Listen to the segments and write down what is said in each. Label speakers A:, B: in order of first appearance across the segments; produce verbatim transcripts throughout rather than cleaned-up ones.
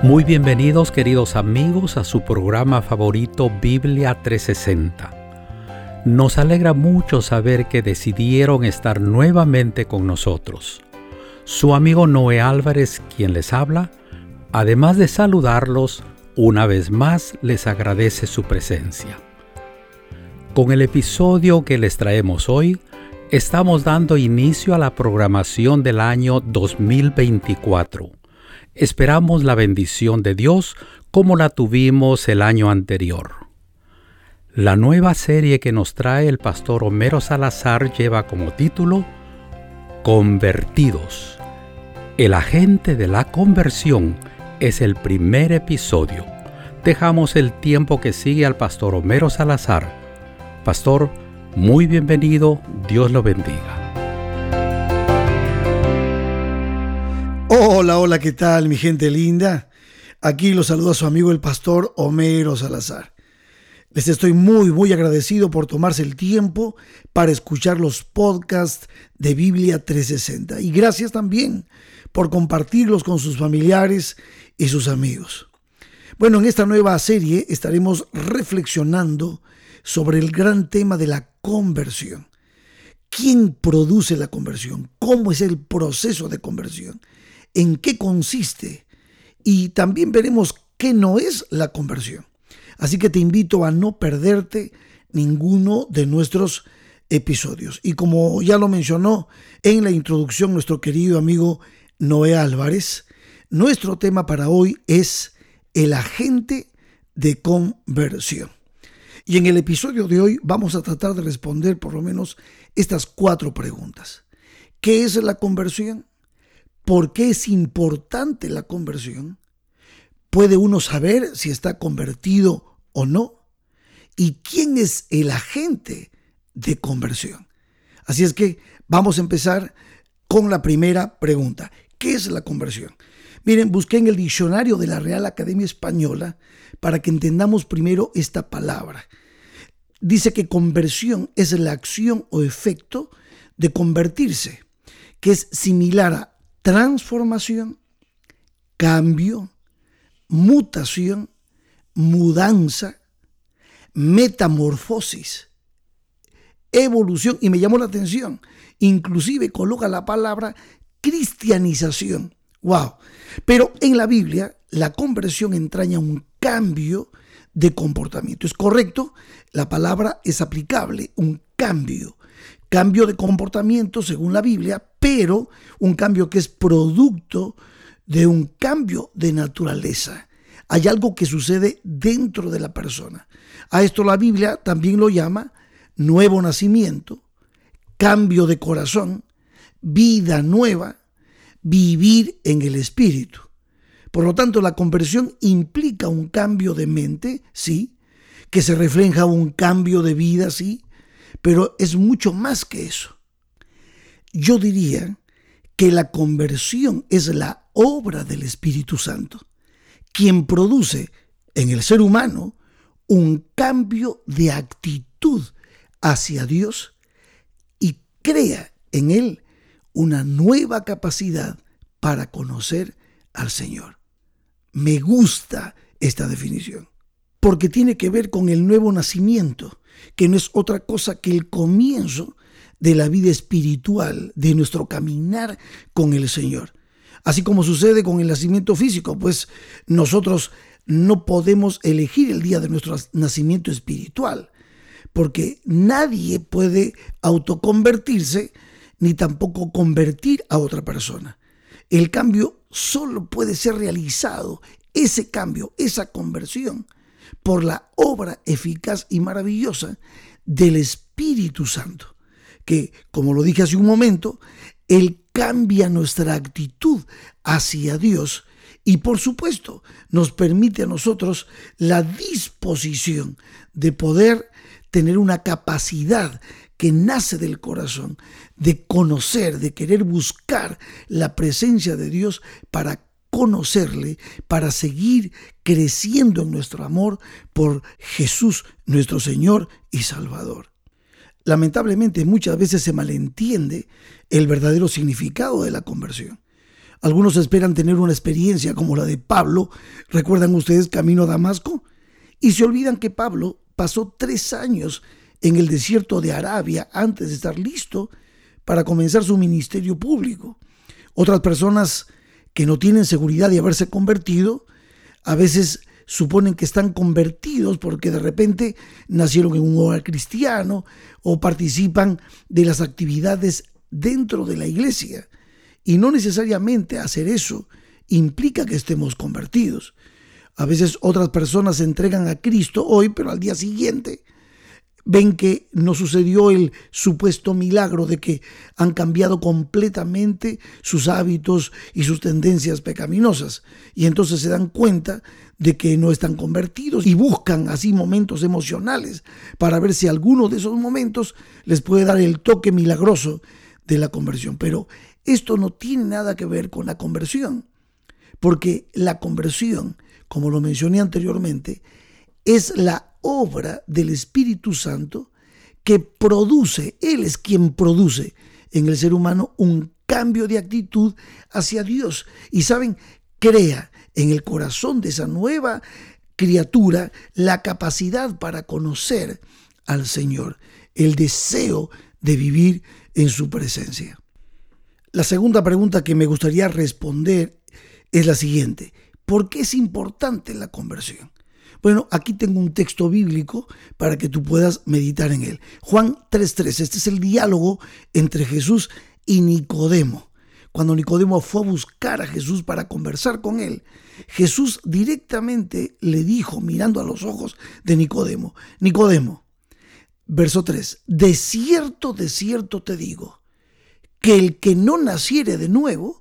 A: Muy bienvenidos, queridos amigos, a su programa favorito Biblia trescientos sesenta. Nos alegra mucho saber que decidieron estar nuevamente con nosotros. Su amigo Noé Álvarez, quien les habla, además de saludarlos, una vez más les agradece su presencia. Con el episodio que les traemos hoy, estamos dando inicio a la programación del año dos mil veinticuatro. Esperamos la bendición de Dios como la tuvimos el año anterior. La nueva serie que nos trae el pastor Homero Salazar lleva como título Convertidos. El agente de la conversión es el primer episodio. Dejamos el tiempo que sigue al pastor Homero Salazar. Pastor, muy bienvenido, Dios lo bendiga.
B: Hola, hola, ¿qué tal, mi gente linda? Aquí los saluda su amigo el pastor Homero Salazar. Les estoy muy, muy agradecido por tomarse el tiempo para escuchar los podcasts de Biblia trescientos sesenta. Y gracias también por compartirlos con sus familiares y sus amigos. Bueno, en esta nueva serie estaremos reflexionando sobre el gran tema de la conversión. ¿Quién produce la conversión? ¿Cómo es el proceso de conversión? ¿En qué consiste? Y también veremos qué no es la conversión. Así que te invito a no perderte ninguno de nuestros episodios. Y como ya lo mencionó en la introducción nuestro querido amigo Noé Álvarez, nuestro tema para hoy es el agente de conversión. Y en el episodio de hoy vamos a tratar de responder por lo menos estas cuatro preguntas. ¿Qué es la conversión? ¿Por qué es importante la conversión? ¿Puede uno saber si está convertido o no? ¿Y quién es el agente de conversión? Así es que vamos a empezar con la primera pregunta. ¿Qué es la conversión? Miren, busqué en el diccionario de la Real Academia Española para que entendamos primero esta palabra. Dice que conversión es la acción o efecto de convertirse, que es similar a transformación, cambio, mutación, mudanza, metamorfosis, evolución, y me llamó la atención, inclusive coloca la palabra cristianización. ¡Wow! Pero en la Biblia, la conversión entraña un cambio de comportamiento. Es correcto, la palabra es aplicable, un cambio. Cambio de comportamiento según la Biblia, pero un cambio que es producto de un cambio de naturaleza. Hay algo que sucede dentro de la persona. A esto la Biblia también lo llama nuevo nacimiento, cambio de corazón, vida nueva, vivir en el Espíritu. Por lo tanto, la conversión implica un cambio de mente, sí, que se refleja un cambio de vida, sí, pero es mucho más que eso. Yo diría que la conversión es la obra del Espíritu Santo, quien produce en el ser humano un cambio de actitud hacia Dios y crea en él una nueva capacidad para conocer al Señor. Me gusta esta definición, porque tiene que ver con el nuevo nacimiento, que no es otra cosa que el comienzo de la vida espiritual, de nuestro caminar con el Señor. Así como sucede con el nacimiento físico, pues nosotros no podemos elegir el día de nuestro nacimiento espiritual, porque nadie puede autoconvertirse ni tampoco convertir a otra persona. El cambio solo puede ser realizado, ese cambio, esa conversión, por la obra eficaz y maravillosa del Espíritu Santo, que, como lo dije hace un momento, Él cambia nuestra actitud hacia Dios y, por supuesto, nos permite a nosotros la disposición de poder tener una capacidad que nace del corazón, de conocer, de querer buscar la presencia de Dios para conocerle, para seguir creciendo en nuestro amor por Jesús, nuestro Señor y Salvador. Lamentablemente, muchas veces se malentiende el verdadero significado de la conversión. Algunos esperan tener una experiencia como la de Pablo, ¿recuerdan ustedes camino a Damasco? Y se olvidan que Pablo pasó tres años en el desierto de Arabia antes de estar listo para comenzar su ministerio público. Otras personas que no tienen seguridad de haberse convertido, a veces suponen que están convertidos porque de repente nacieron en un hogar cristiano o participan de las actividades dentro de la iglesia. Y no necesariamente hacer eso implica que estemos convertidos. A veces otras personas se entregan a Cristo hoy, pero al día siguiente ven que no sucedió el supuesto milagro de que han cambiado completamente sus hábitos y sus tendencias pecaminosas. Y entonces se dan cuenta de que no están convertidos y buscan así momentos emocionales para ver si alguno de esos momentos les puede dar el toque milagroso de la conversión. Pero esto no tiene nada que ver con la conversión, porque la conversión, como lo mencioné anteriormente, es la obra del Espíritu Santo que produce, Él es quien produce en el ser humano un cambio de actitud hacia Dios. Y saben, crea en el corazón de esa nueva criatura la capacidad para conocer al Señor, el deseo de vivir en su presencia. La segunda pregunta que me gustaría responder es la siguiente: ¿por qué es importante la conversión? Bueno, aquí tengo un texto bíblico para que tú puedas meditar en él. Juan tres tres, este es el diálogo entre Jesús y Nicodemo. Cuando Nicodemo fue a buscar a Jesús para conversar con él, Jesús directamente le dijo, mirando a los ojos de Nicodemo, Nicodemo, verso tres, de cierto, de cierto te digo, que el que no naciere de nuevo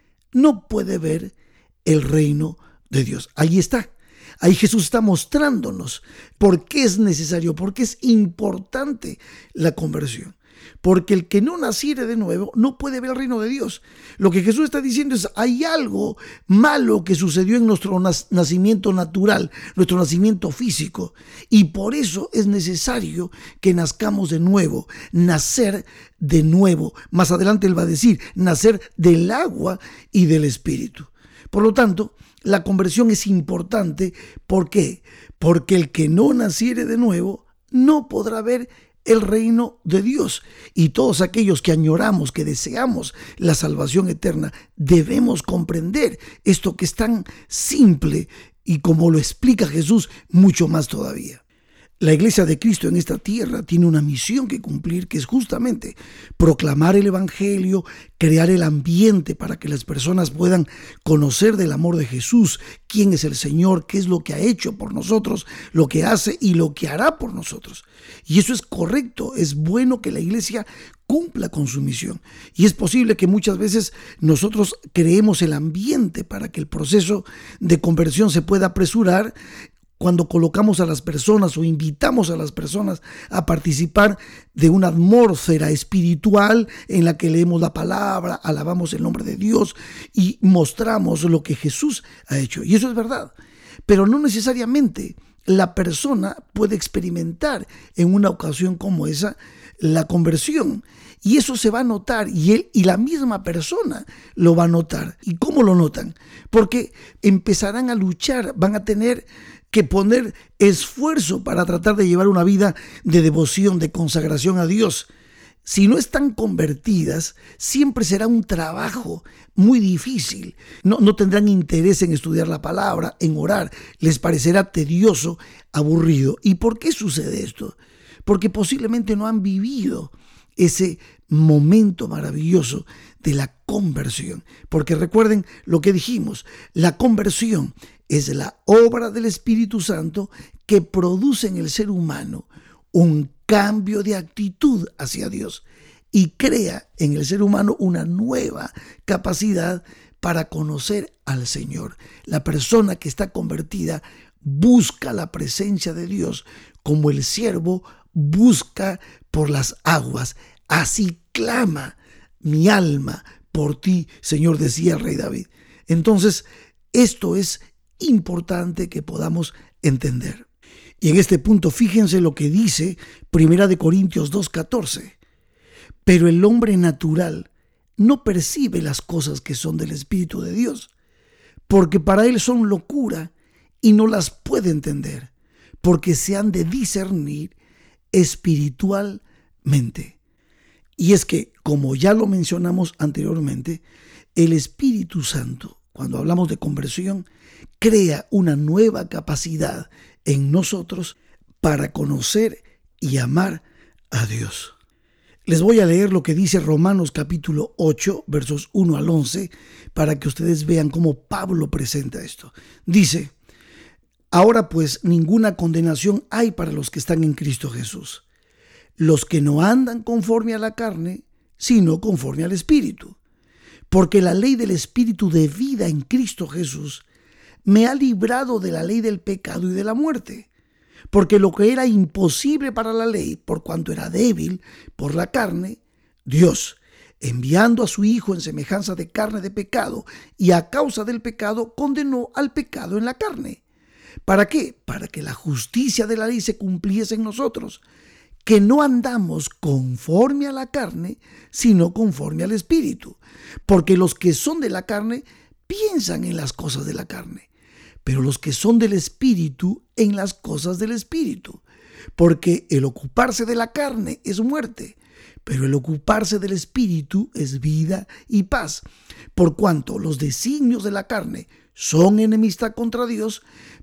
B: no puede ver el reino de Dios. Ahí está. Ahí Jesús está mostrándonos por qué es necesario, por qué es importante la conversión. Porque el que no naciere de nuevo no puede ver el reino de Dios. Lo que Jesús está diciendo es, hay algo malo que sucedió en nuestro nacimiento natural, nuestro nacimiento físico. Y por eso es necesario que nazcamos de nuevo, nacer de nuevo. Más adelante él va a decir, nacer del agua y del Espíritu. Por lo tanto, la conversión es importante. ¿Por qué? Porque el que no naciere de nuevo no podrá ver el reino de Dios. Y todos aquellos que añoramos, que deseamos la salvación eterna, debemos comprender esto que es tan simple y, como lo explica Jesús, mucho más todavía. La Iglesia de Cristo en esta tierra tiene una misión que cumplir, que es justamente proclamar el Evangelio, crear el ambiente para que las personas puedan conocer del amor de Jesús, quién es el Señor, qué es lo que ha hecho por nosotros, lo que hace y lo que hará por nosotros. Y eso es correcto, es bueno que la Iglesia cumpla con su misión. Y es posible que muchas veces nosotros creemos el ambiente para que el proceso de conversión se pueda apresurar cuando colocamos a las personas o invitamos a las personas a participar de una atmósfera espiritual en la que leemos la palabra, alabamos el nombre de Dios y mostramos lo que Jesús ha hecho. Y eso es verdad, pero no necesariamente la persona puede experimentar en una ocasión como esa la conversión. Y eso se va a notar, y él y la misma persona lo va a notar. ¿Y cómo lo notan? Porque empezarán a luchar, van a tener que poner esfuerzo para tratar de llevar una vida de devoción, de consagración a Dios. Si no están convertidas, siempre será un trabajo muy difícil. No, no tendrán interés en estudiar la palabra, en orar. Les parecerá tedioso, aburrido. ¿Y por qué sucede esto? Porque posiblemente no han vivido ese momento maravilloso de la conversión. Porque recuerden lo que dijimos, la conversión es la obra del Espíritu Santo que produce en el ser humano un cambio de actitud hacia Dios y crea en el ser humano una nueva capacidad para conocer al Señor. La persona que está convertida busca la presencia de Dios como el siervo busca por las aguas. Así clama mi alma por ti, Señor, decía el rey David. Entonces, esto es importante que podamos entender. Y en este punto, fíjense lo que dice Primera de Corintios dos catorce. Pero el hombre natural no percibe las cosas que son del Espíritu de Dios, porque para él son locura y no las puede entender, porque se han de discernir espiritualmente. Y es que, como ya lo mencionamos anteriormente, el Espíritu Santo, cuando hablamos de conversión, crea una nueva capacidad en nosotros para conocer y amar a Dios. Les voy a leer lo que dice Romanos capítulo ocho, versos uno al once, para que ustedes vean cómo Pablo presenta esto. Dice: ahora pues ninguna condenación hay para los que están en Cristo Jesús, los que no andan conforme a la carne, sino conforme al Espíritu. Porque la ley del Espíritu de vida en Cristo Jesús me ha librado de la ley del pecado y de la muerte. Porque lo que era imposible para la ley, por cuanto era débil por la carne, Dios, enviando a su Hijo en semejanza de carne de pecado, y a causa del pecado condenó al pecado en la carne. ¿Para qué? Para que la justicia de la ley se cumpliese en nosotros, que no andamos conforme a la carne, sino conforme al Espíritu. Porque los que son de la carne piensan en las cosas de la carne, pero los que son del Espíritu en las cosas del Espíritu. Porque el ocuparse de la carne es muerte, pero el ocuparse del Espíritu es vida y paz. Por cuanto los designios de la carne son enemistad contra Dios,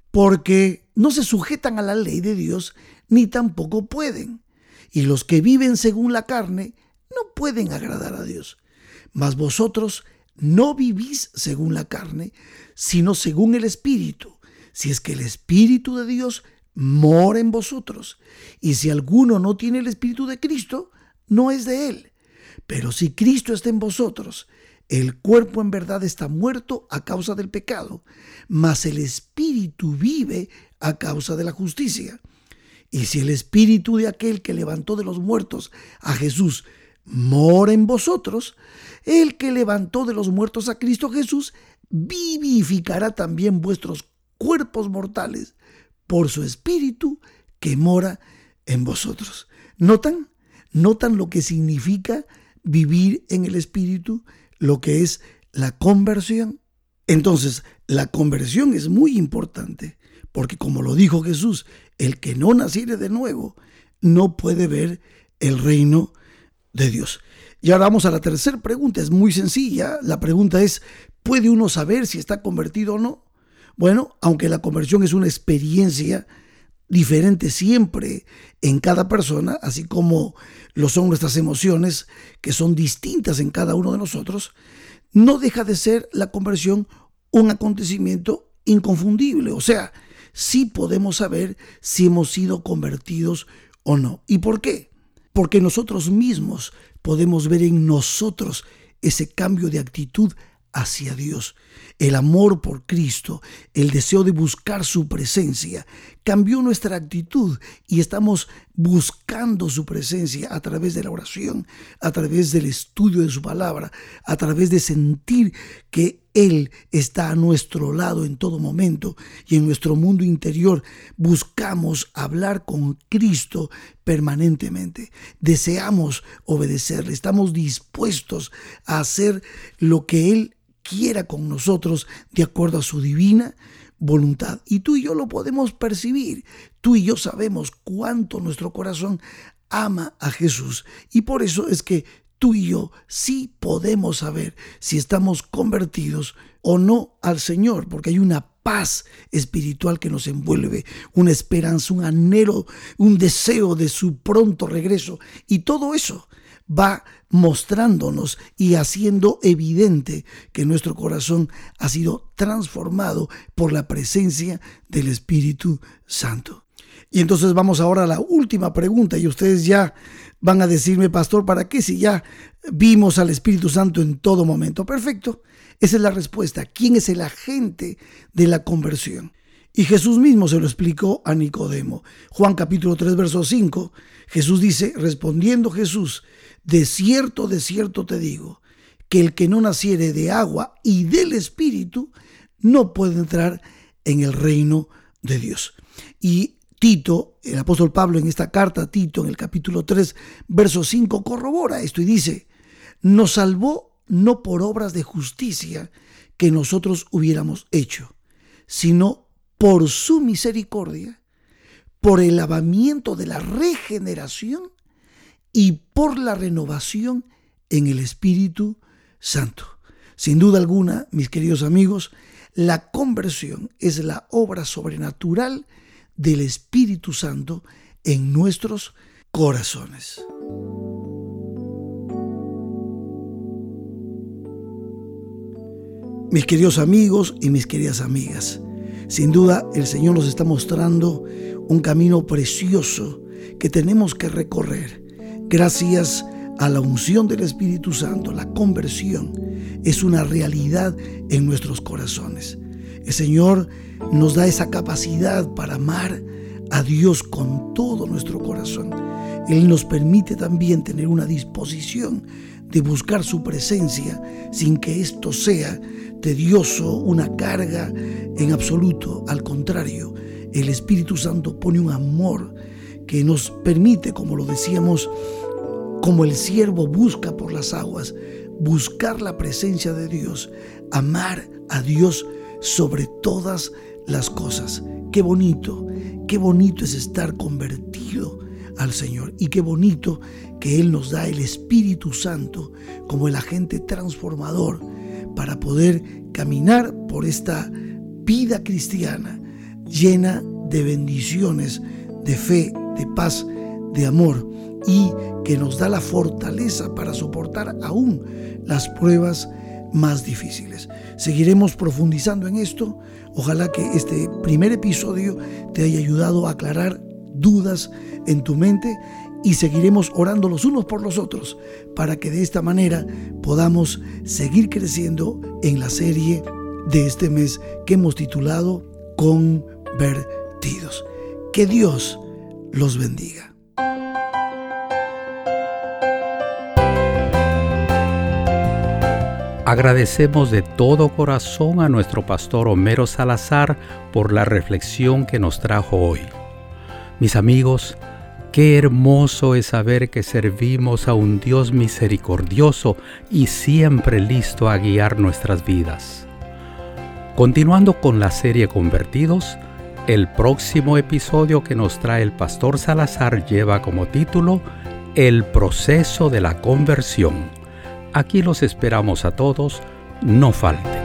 B: porque no se sujetan a la ley de Dios, ni tampoco pueden. Y los que viven según la carne no pueden agradar a Dios. Mas vosotros no vivís según la carne, sino según el Espíritu, si es que el Espíritu de Dios mora en vosotros. Y si alguno no tiene el Espíritu de Cristo, no es de él. Pero si Cristo está en vosotros, el cuerpo en verdad está muerto a causa del pecado, mas el Espíritu vive a causa de la justicia. Y si el Espíritu de aquel que levantó de los muertos a Jesús mora en vosotros, el que levantó de los muertos a Cristo Jesús vivificará también vuestros cuerpos mortales por su Espíritu que mora en vosotros. ¿Notan? ¿Notan lo que significa vivir en el Espíritu? Lo que es la conversión. Entonces, la conversión es muy importante, porque como lo dijo Jesús, el que no naciere de nuevo no puede ver el reino de Dios. Y ahora vamos a la tercera pregunta. Es muy sencilla. La pregunta es: ¿puede uno saber si está convertido o no? Bueno, aunque la conversión es una experiencia diferente siempre en cada persona, así como lo son nuestras emociones, que son distintas en cada uno de nosotros, no deja de ser la conversión un acontecimiento inconfundible. O sea, sí podemos saber si hemos sido convertidos o no. ¿Y por qué? Porque nosotros mismos podemos ver en nosotros ese cambio de actitud hacia Dios. El amor por Cristo, el deseo de buscar su presencia, cambió nuestra actitud y estamos buscando su presencia a través de la oración, a través del estudio de su palabra, a través de sentir que Él está a nuestro lado en todo momento, y en nuestro mundo interior buscamos hablar con Cristo permanentemente. Deseamos obedecerle, estamos dispuestos a hacer lo que Él quiera con nosotros de acuerdo a su divina voluntad. Y tú y yo lo podemos percibir. Tú y yo sabemos cuánto nuestro corazón ama a Jesús, y por eso es que tú y yo sí podemos saber si estamos convertidos o no al Señor, porque hay una paz espiritual que nos envuelve, una esperanza, un anhelo, un deseo de su pronto regreso, y todo eso va mostrándonos y haciendo evidente que nuestro corazón ha sido transformado por la presencia del Espíritu Santo. Y entonces vamos ahora a la última pregunta, y ustedes ya van a decirme: pastor, ¿para qué si ya vimos al Espíritu Santo en todo momento? Perfecto, esa es la respuesta. ¿Quién es el agente de la conversión? Y Jesús mismo se lo explicó a Nicodemo. Juan capítulo tres, verso cinco, Jesús dice: respondiendo Jesús, de cierto, de cierto te digo, que el que no naciere de agua y del Espíritu no puede entrar en el reino de Dios. Y Tito, el apóstol Pablo, en esta carta a Tito, en el capítulo tres, verso cinco, corrobora esto y dice: nos salvó no por obras de justicia que nosotros hubiéramos hecho, sino por su misericordia, por el lavamiento de la regeneración y por la renovación en el Espíritu Santo. Sin duda alguna, mis queridos amigos, la conversión es la obra sobrenatural del Espíritu Santo en nuestros corazones. Mis queridos amigos y mis queridas amigas, sin duda el Señor nos está mostrando un camino precioso que tenemos que recorrer. Gracias a la unción del Espíritu Santo, la conversión es una realidad en nuestros corazones. El Señor nos da esa capacidad para amar a Dios con todo nuestro corazón. Él nos permite también tener una disposición de buscar su presencia sin que esto sea tedioso, una carga en absoluto. Al contrario, el Espíritu Santo pone un amor que nos permite, como lo decíamos, como el siervo busca por las aguas, buscar la presencia de Dios, amar a Dios sobre todas las cosas. Qué bonito, qué bonito es estar convertido al Señor, y qué bonito que Él nos da el Espíritu Santo como el agente transformador para poder caminar por esta vida cristiana llena de bendiciones, de fe, de paz, de amor, y que nos da la fortaleza para soportar aún las pruebas más difíciles. Seguiremos profundizando en esto. Ojalá que este primer episodio te haya ayudado a aclarar dudas en tu mente, y seguiremos orando los unos por los otros para que de esta manera podamos seguir creciendo en la serie de este mes que hemos titulado Convertidos. Que Dios los bendiga.
A: Agradecemos de todo corazón a nuestro pastor Homero Salazar por la reflexión que nos trajo hoy. Mis amigos, qué hermoso es saber que servimos a un Dios misericordioso y siempre listo a guiar nuestras vidas. Continuando con la serie Convertidos, el próximo episodio que nos trae el pastor Salazar lleva como título El proceso de la conversión. Aquí los esperamos a todos, no falten.